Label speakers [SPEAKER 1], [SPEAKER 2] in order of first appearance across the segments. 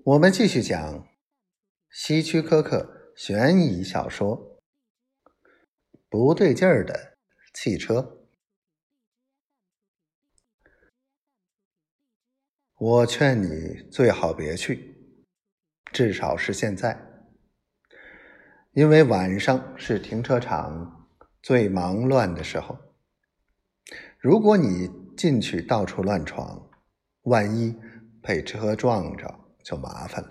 [SPEAKER 1] 我们继续讲希区柯克悬疑小说不对劲儿的汽车。我劝你最好别去，至少是现在，因为晚上是停车场最忙乱的时候。如果你进去到处乱闯，万一被车撞着就麻烦了。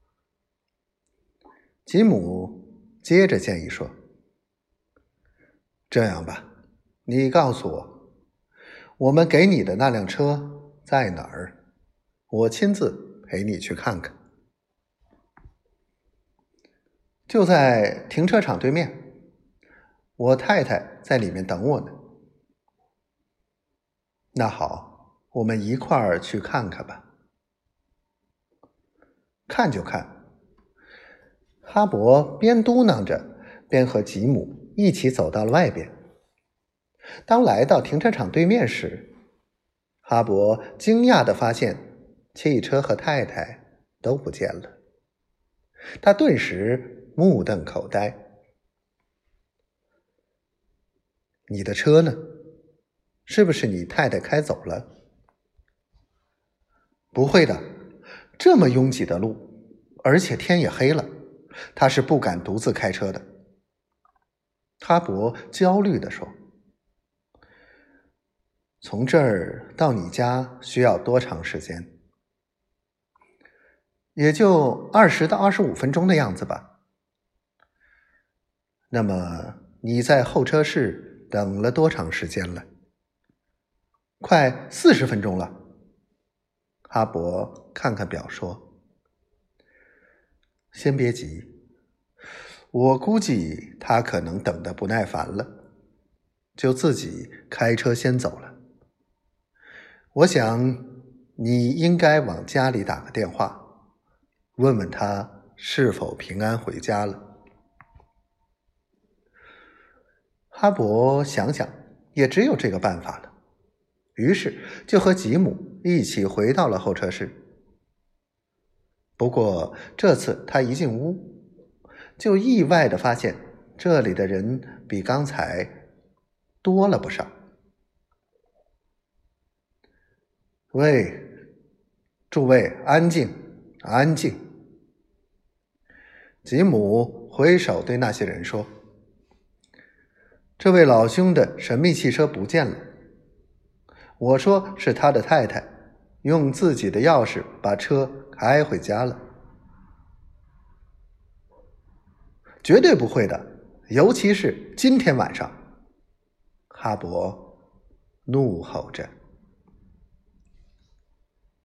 [SPEAKER 1] 吉姆接着建议说，这样吧，你告诉我，我们给你的那辆车在哪儿？我亲自陪你去看看。就在停车场对面，我太太在里面等我呢。那好，我们一块儿去看看吧。看就看。哈勃边嘟囔着，边和吉姆一起走到了外边。当来到停车场对面时，哈勃惊讶地发现汽车和太太都不见了。他顿时目瞪口呆。你的车呢？是不是你太太开走了？不会的，这么拥挤的路，而且天也黑了，她是不敢独自开车的。哈勃焦虑地说。从这儿到你家需要多长时间？也就20到25分钟的样子吧。那么你在候车室等了多长时间了？快40分钟了。哈勃看看表说，先别急，我估计他可能等得不耐烦了，就自己开车先走了。我想你应该往家里打个电话，问问他是否平安回家了。哈勃想想，也只有这个办法了，于是就和吉姆一起回到了候车室。不过这次他一进屋，就意外地发现这里的人比刚才多了不少。喂，诸位，安静，安静！吉姆挥手对那些人说，这位老兄的神秘汽车不见了。我说是他的太太用自己的钥匙把车开回家了。绝对不会的，尤其是今天晚上，哈勃怒吼着。